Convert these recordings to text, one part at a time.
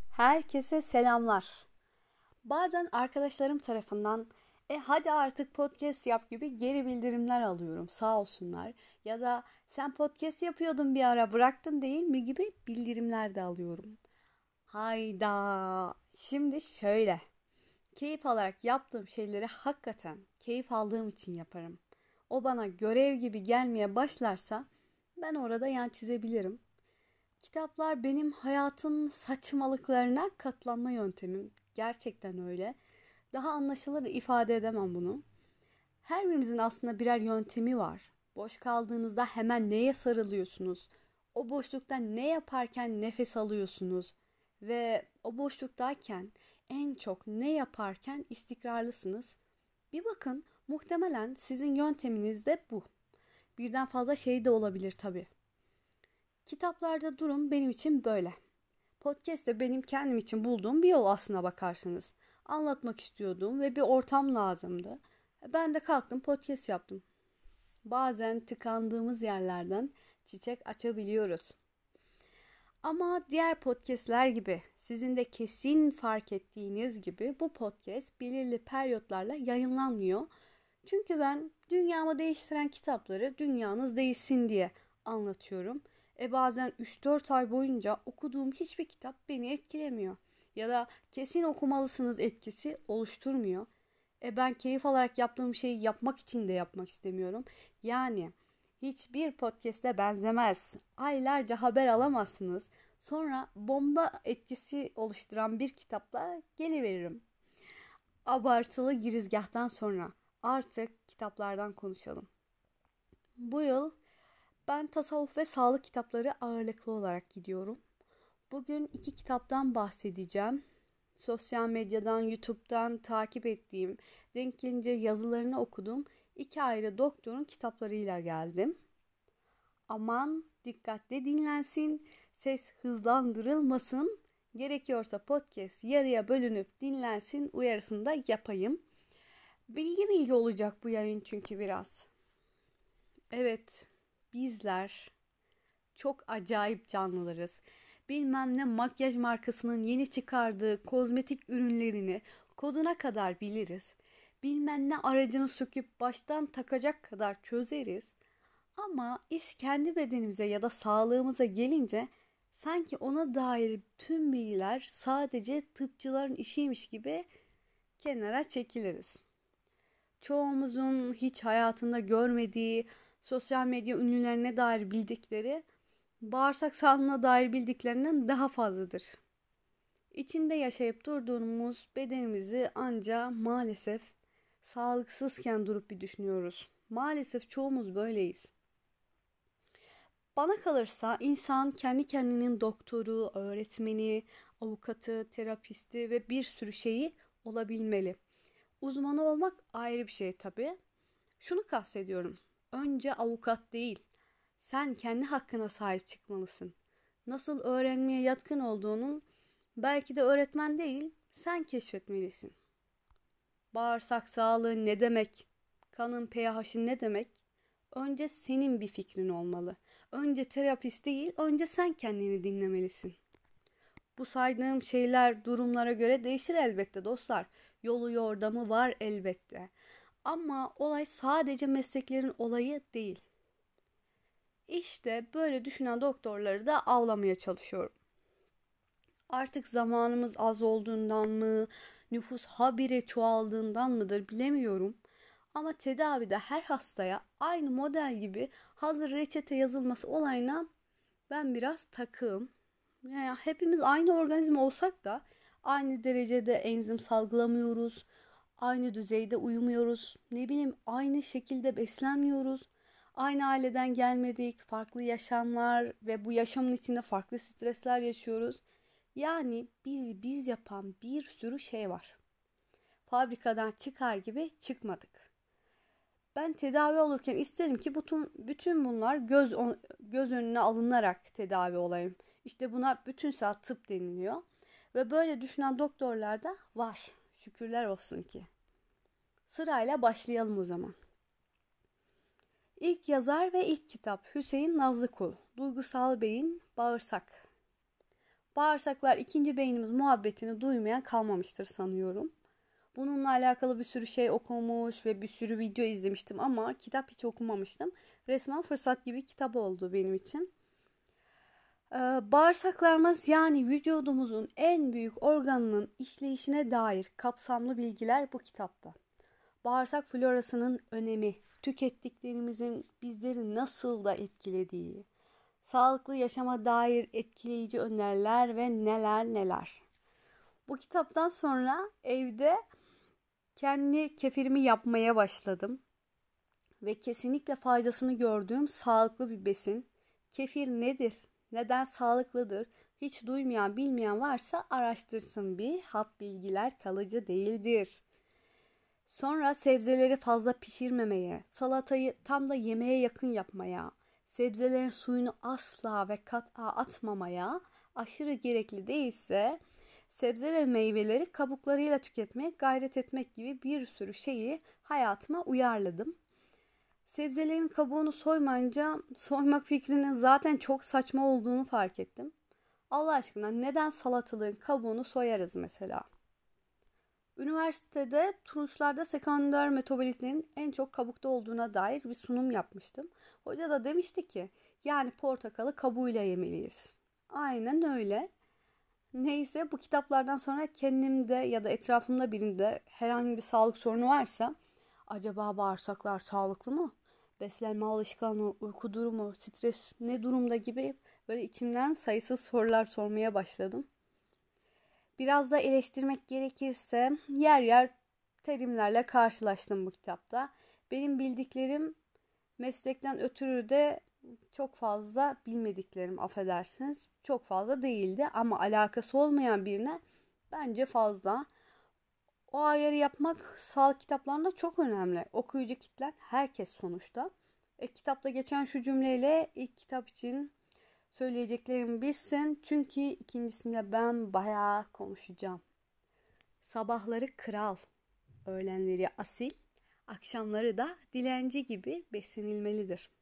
Herkese selamlar. Bazen arkadaşlarım tarafından hadi artık podcast yap gibi geri bildirimler alıyorum sağ olsunlar. Ya da sen podcast yapıyordun bir ara bıraktın değil mi gibi bildirimler de alıyorum. Hayda. Şimdi şöyle. Keyif alarak yaptığım şeyleri hakikaten keyif aldığım için yaparım. O bana görev gibi gelmeye başlarsa ben orada yan çizebilirim. Kitaplar benim hayatın saçmalıklarına katlanma yöntemim. Gerçekten öyle. Daha anlaşılır ifade edemem bunu. Her birimizin aslında birer yöntemi var. Boş kaldığınızda hemen neye sarılıyorsunuz? O boşlukta ne yaparken nefes alıyorsunuz? Ve o boşluktayken en çok ne yaparken istikrarlısınız? Bir bakın, muhtemelen sizin yönteminiz de bu. Birden fazla şey de olabilir tabii. Kitaplarda durum benim için böyle. Podcast de benim kendim için bulduğum bir yol aslına bakarsanız. Anlatmak istiyordum ve bir ortam lazımdı. Ben de kalktım podcast yaptım. Bazen tıkandığımız yerlerden çiçek açabiliyoruz. Ama diğer podcastler gibi sizin de kesin fark ettiğiniz gibi bu podcast belirli periyotlarla yayınlanmıyor. Çünkü ben dünyamı değiştiren kitapları dünyanız değişsin diye anlatıyorum. Bazen 3-4 ay boyunca okuduğum hiçbir kitap beni etkilemiyor. Ya da kesin okumalısınız etkisi oluşturmuyor. Ben keyif alarak yaptığım şeyi yapmak için de yapmak istemiyorum. Yani hiçbir podcast'e benzemez. Aylarca haber alamazsınız. Sonra bomba etkisi oluşturan bir kitapla geliveririm. Abartılı girizgahtan sonra artık kitaplardan konuşalım. Bu yıl ben tasavvuf ve sağlık kitapları ağırlıklı olarak gidiyorum. Bugün iki kitaptan bahsedeceğim. Sosyal medyadan, YouTube'dan takip ettiğim, denk gelince yazılarını okudum. İki ayrı doktorun kitaplarıyla geldim. Aman dikkatle dinlensin, ses hızlandırılmasın. Gerekiyorsa podcast yarıya bölünüp dinlensin uyarısını da yapayım. Bilgi olacak bu yayın çünkü biraz. Evet, bizler çok acayip canlılarız. Bilmem ne makyaj markasının yeni çıkardığı kozmetik ürünlerini koduna kadar biliriz. Bilmem ne aracını söküp baştan takacak kadar çözeriz. Ama iş kendi bedenimize ya da sağlığımıza gelince sanki ona dair tüm bilgiler sadece tıpçıların işiymiş gibi kenara çekiliriz. Çoğumuzun hiç hayatında görmediği sosyal medya ünlülerine dair bildikleri bağırsak sağlığına dair bildiklerinden daha fazladır. İçinde yaşayıp durduğumuz bedenimizi anca maalesef sağlıksızken durup bir düşünüyoruz. Maalesef çoğumuz böyleyiz. Bana kalırsa insan kendi kendinin doktoru, öğretmeni, avukatı, terapisti ve bir sürü şeyi olabilmeli. Uzmanı olmak ayrı bir şey tabii. Şunu kastediyorum. Önce avukat değil, sen kendi hakkına sahip çıkmalısın. Nasıl öğrenmeye yatkın olduğunu belki de öğretmen değil, sen keşfetmelisin. Bağırsak sağlığı ne demek? Kanın pH'i ne demek? Önce senin bir fikrin olmalı. Önce terapist değil, önce sen kendini dinlemelisin. Bu saydığım şeyler durumlara göre değişir elbette dostlar. Yolu yordamı var elbette. Ama olay sadece mesleklerin olayı değil. İşte böyle düşünen doktorları da avlamaya çalışıyorum. Artık zamanımız az olduğundan mı, nüfus habire çoğaldığından mıdır bilemiyorum. Ama tedavide her hastaya aynı model gibi hazır reçete yazılması olayına ben biraz takığım. Yani hepimiz aynı organizma olsak da aynı derecede enzim salgılamıyoruz. Aynı düzeyde uyumuyoruz. Ne bileyim aynı şekilde beslenmiyoruz. Aynı aileden gelmedik. Farklı yaşamlar ve bu yaşamın içinde farklı stresler yaşıyoruz. Yani bizi biz yapan bir sürü şey var. Fabrikadan çıkar gibi çıkmadık. Ben tedavi olurken isterim ki bütün bunlar göz önüne alınarak tedavi olayım. İşte buna bütünsel tıp deniliyor. Ve böyle düşünen doktorlar da var. Şükürler olsun ki. Sırayla başlayalım o zaman. İlk yazar ve ilk kitap Hüseyin Nazlıkul. Duygusal Beyin Bağırsak. Bağırsaklar ikinci beynimiz muhabbetini duymayan kalmamıştır sanıyorum. Bununla alakalı bir sürü şey okumuş ve bir sürü video izlemiştim ama kitap hiç okumamıştım. Resmen fırsat gibi kitap oldu benim için. Bağırsaklarımız yani vücudumuzun en büyük organının işleyişine dair kapsamlı bilgiler bu kitapta. Bağırsak florasının önemi, tükettiklerimizin bizleri nasıl da etkilediği, sağlıklı yaşama dair etkileyici öneriler ve neler neler. Bu kitaptan sonra evde kendi kefirimi yapmaya başladım. Ve kesinlikle faydasını gördüğüm sağlıklı bir besin. Kefir nedir? Neden sağlıklıdır? Hiç duymayan, bilmeyen varsa araştırsın bir. Hap bilgiler kalıcı değildir. Sonra sebzeleri fazla pişirmemeye, salatayı tam da yemeğe yakın yapmaya, sebzelerin suyunu asla ve kat'a atmamaya, aşırı gerekli değilse sebze ve meyveleri kabuklarıyla tüketmeye gayret etmek gibi bir sürü şeyi hayatıma uyarladım. Sebzelerin kabuğunu soymak fikrinin zaten çok saçma olduğunu fark ettim. Allah aşkına neden salatalığın kabuğunu soyarız mesela? Üniversitede turunçlarda sekonder metabolitlerin en çok kabukta olduğuna dair bir sunum yapmıştım. Hoca da demişti ki yani portakalı kabuğuyla yemeliyiz. Aynen öyle. Neyse bu kitaplardan sonra kendimde ya da etrafımda birinde herhangi bir sağlık sorunu varsa acaba bağırsaklar sağlıklı mı? Beslenme alışkanlığı, uyku durumu, stres ne durumda gibi böyle içimden sayısız sorular sormaya başladım. Biraz da eleştirmek gerekirse yer yer terimlerle karşılaştım bu kitapta. Benim bildiklerim meslekten ötürü de çok fazla bilmediklerim affedersiniz. Çok fazla değildi ama alakası olmayan birine bence fazla. O ayarı yapmak sağlık kitaplarında çok önemli. Okuyucu kitlen herkes sonuçta. Kitapta geçen şu cümleyle ilk kitap için söyleyeceklerim bitsin. Çünkü ikincisinde ben bayağı konuşacağım. Sabahları kral, öğlenleri asil, akşamları da dilenci gibi beslenilmelidir.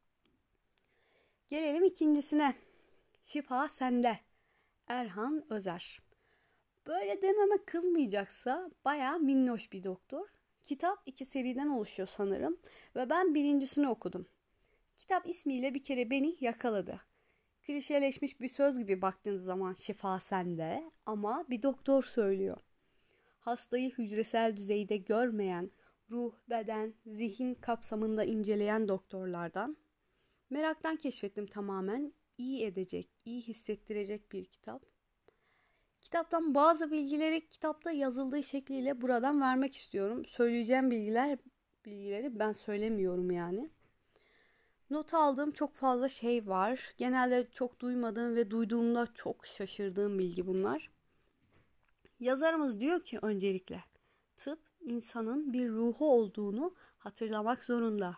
Gelelim ikincisine. Şifa sende. Erhan Özer. Böyle dememe kızmayacaksa bayağı minnoş bir doktor. Kitap 2 seriden oluşuyor sanırım ve ben birincisini okudum. Kitap ismiyle bir kere beni yakaladı. Klişeleşmiş bir söz gibi baktığınız zaman şifa sende ama bir doktor söylüyor. Hastayı hücresel düzeyde görmeyen, ruh, beden, zihin kapsamında inceleyen doktorlardan. Meraktan keşfettim tamamen. İyi edecek, iyi hissettirecek bir kitap. Kitaptan bazı bilgileri kitapta yazıldığı şekliyle buradan vermek istiyorum. Söyleyeceğim bilgileri ben söylemiyorum yani. Not aldığım çok fazla şey var. Genelde çok duymadığım ve duyduğumda çok şaşırdığım bilgi bunlar. Yazarımız diyor ki öncelikle tıp insanın bir ruhu olduğunu hatırlamak zorunda.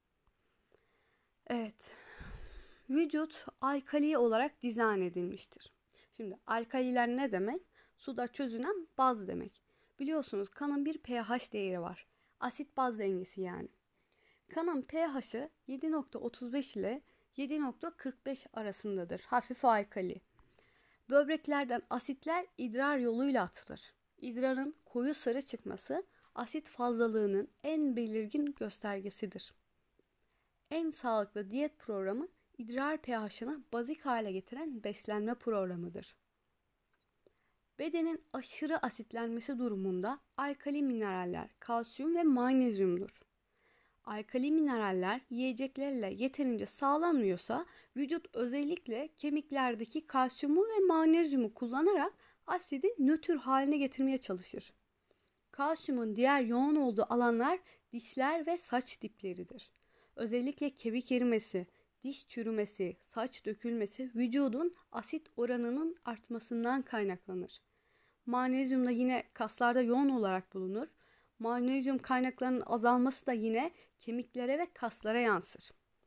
Evet. Vücut alkali olarak dizayn edilmiştir. Şimdi alkaliler ne demek? Suda çözünen baz demek. Biliyorsunuz kanın bir pH değeri var. Asit baz dengesi yani. Kanın pH'i 7.35 ile 7.45 arasındadır. Hafif alkali. Böbreklerden asitler idrar yoluyla atılır. İdrarın koyu sarı çıkması asit fazlalığının en belirgin göstergesidir. En sağlıklı diyet programı idrar pH'ını bazik hale getiren beslenme programıdır. Bedenin aşırı asitlenmesi durumunda alkali mineraller kalsiyum ve magnezyumdur. Alkali mineraller yiyeceklerle yeterince sağlanmıyorsa vücut özellikle kemiklerdeki kalsiyumu ve magnezyumu kullanarak asidi nötr haline getirmeye çalışır. Kalsiyumun diğer yoğun olduğu alanlar dişler ve saç dipleridir. Özellikle kemik erimesi, diş çürümesi, saç dökülmesi vücudun asit oranının artmasından kaynaklanır. Magnezyum da yine kaslarda yoğun olarak bulunur. Magnezyum kaynaklarının azalması da yine kemiklere ve kaslara yansır.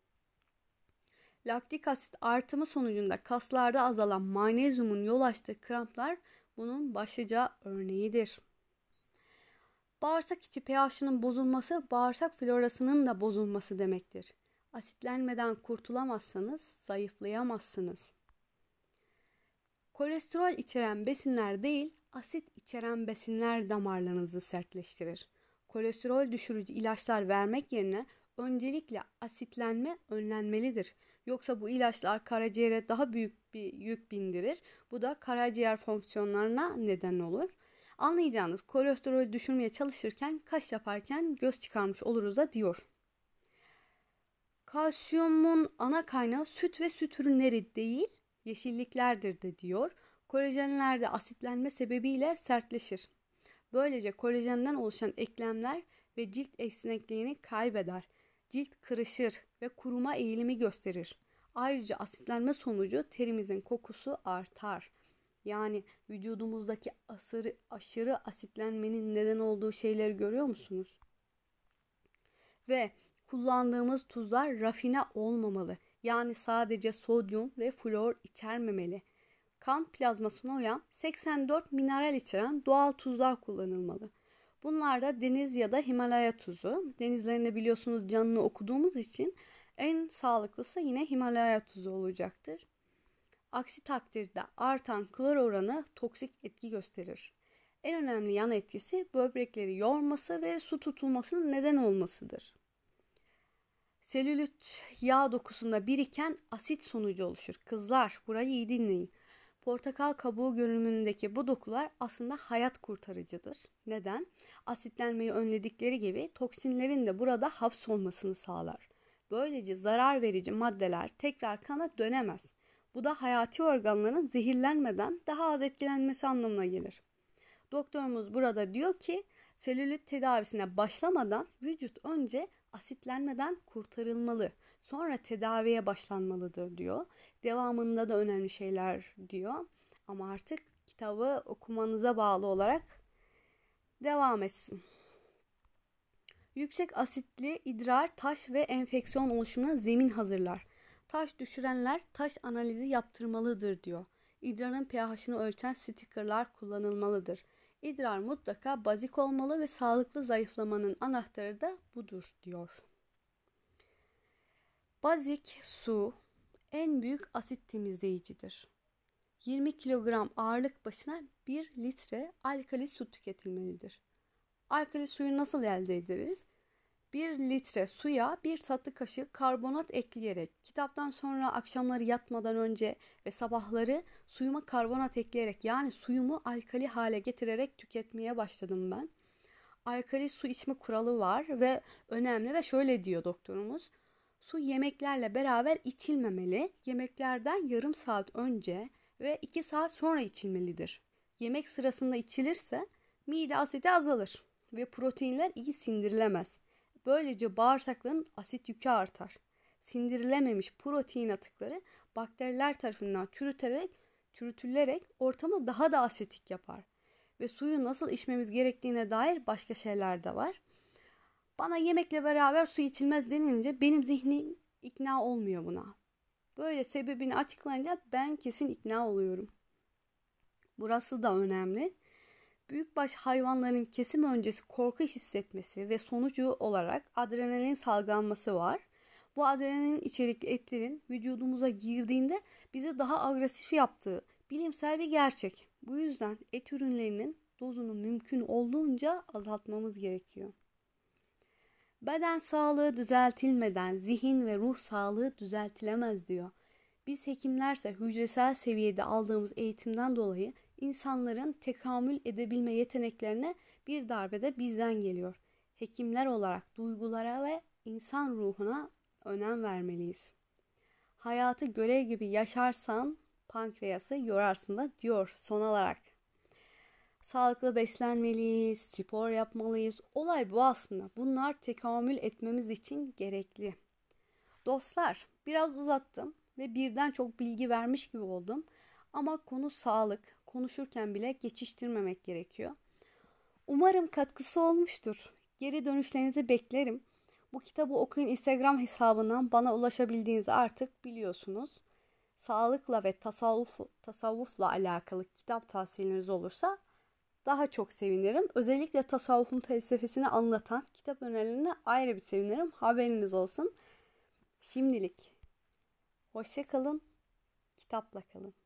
Laktik asit artımı sonucunda kaslarda azalan magnezyumun yol açtığı kramplar bunun başlıca örneğidir. Bağırsak içi pH'ının bozulması bağırsak florasının da bozulması demektir. Asitlenmeden kurtulamazsanız zayıflayamazsınız. Kolesterol içeren besinler değil, asit içeren besinler damarlarınızı sertleştirir. Kolesterol düşürücü ilaçlar vermek yerine öncelikle asitlenme önlenmelidir. Yoksa bu ilaçlar karaciğere daha büyük bir yük bindirir. Bu da karaciğer fonksiyonlarına neden olur. Anlayacağınız kolesterolü düşürmeye çalışırken, kaş yaparken göz çıkarmış oluruz da diyor. Kalsiyumun ana kaynağı süt ve süt ürünleri değil, yeşilliklerdir de diyor. Kolajenler de asitlenme sebebiyle sertleşir. Böylece kolajenden oluşan eklemler ve cilt esnekliğini kaybeder. Cilt kırışır ve kuruma eğilimi gösterir. Ayrıca asitlenme sonucu terimizin kokusu artar. Yani vücudumuzdaki aşırı asitlenmenin neden olduğu şeyleri görüyor musunuz? Ve kullandığımız tuzlar rafine olmamalı. Yani sadece sodyum ve flor içermemeli. Kan plazmasına uyan 84 mineral içeren doğal tuzlar kullanılmalı. Bunlar da deniz ya da Himalaya tuzu. Denizlerinde biliyorsunuz canını okuduğumuz için en sağlıklısı yine Himalaya tuzu olacaktır. Aksi takdirde artan klor oranı toksik etki gösterir. En önemli yan etkisi böbrekleri yorması ve su tutulmasının neden olmasıdır. Selülit yağ dokusunda biriken asit sonucu oluşur. Kızlar burayı iyi dinleyin. Portakal kabuğu görünümündeki bu dokular aslında hayat kurtarıcıdır. Neden? Asitlenmeyi önledikleri gibi toksinlerin de burada hapsolmasını sağlar. Böylece zarar verici maddeler tekrar kana dönemez. Bu da hayati organların zehirlenmeden daha az etkilenmesi anlamına gelir. Doktorumuz burada diyor ki selülit tedavisine başlamadan vücut önce asitlenmeden kurtarılmalı. Sonra tedaviye başlanmalıdır diyor. Devamında da önemli şeyler diyor. Ama artık kitabı okumanıza bağlı olarak devam etsin. Yüksek asitli idrar taş ve enfeksiyon oluşumuna zemin hazırlar. Taş düşürenler taş analizi yaptırmalıdır diyor. İdrarın pH'ını ölçen stikerler kullanılmalıdır. İdrar mutlaka bazik olmalı ve sağlıklı zayıflamanın anahtarı da budur diyor. Bazik su en büyük asit temizleyicidir. 20 kilogram ağırlık başına 1 litre alkali su tüketilmelidir. Alkali suyu nasıl elde ederiz? 1 litre suya 1 tatlı kaşığı karbonat ekleyerek, kitaptan sonra akşamları yatmadan önce ve sabahları suyuma karbonat ekleyerek yani suyumu alkali hale getirerek tüketmeye başladım ben. Alkali su içme kuralı var ve önemli ve şöyle diyor doktorumuz. Su yemeklerle beraber içilmemeli. Yemeklerden yarım saat önce ve 2 saat sonra içilmelidir. Yemek sırasında içilirse mide asidi azalır ve proteinler iyi sindirilemez. Böylece bağırsakların asit yükü artar. Sindirilememiş protein atıkları bakteriler tarafından çürütülerek ortamı daha da asitik yapar. Ve suyu nasıl içmemiz gerektiğine dair başka şeyler de var. Bana yemekle beraber su içilmez denilince benim zihnim ikna olmuyor buna. Böyle sebebini açıklayınca ben kesin ikna oluyorum. Burası da önemli. Büyükbaş hayvanların kesim öncesi korku hissetmesi ve sonucu olarak adrenalin salgılanması var. Bu adrenalin içerikli etlerin vücudumuza girdiğinde bizi daha agresif yaptığı bilimsel bir gerçek. Bu yüzden et ürünlerinin dozunu mümkün olduğunca azaltmamız gerekiyor. Beden sağlığı düzeltilmeden zihin ve ruh sağlığı düzeltilemez diyor. Biz hekimlerse hücresel seviyede aldığımız eğitimden dolayı insanların tekamül edebilme yeteneklerine bir darbede bizden geliyor. Hekimler olarak duygulara ve insan ruhuna önem vermeliyiz. Hayatı görev gibi yaşarsan pankreası yorarsın da diyor son olarak. Sağlıklı beslenmeliyiz, spor yapmalıyız. Olay bu aslında. Bunlar tekamül etmemiz için gerekli. Dostlar, biraz uzattım ve birden çok bilgi vermiş gibi oldum. Ama konu sağlık. Konuşurken bile geçiştirmemek gerekiyor. Umarım katkısı olmuştur. Geri dönüşlerinizi beklerim. Bu kitabı okuyun Instagram hesabından bana ulaşabildiğinizi artık biliyorsunuz. Sağlıkla ve tasavvufla alakalı kitap tavsiyeleriniz olursa daha çok sevinirim. Özellikle tasavvufun felsefesini anlatan kitap önerilerine ayrı bir sevinirim. Haberiniz olsun. Şimdilik hoşça kalın, kitapla kalın.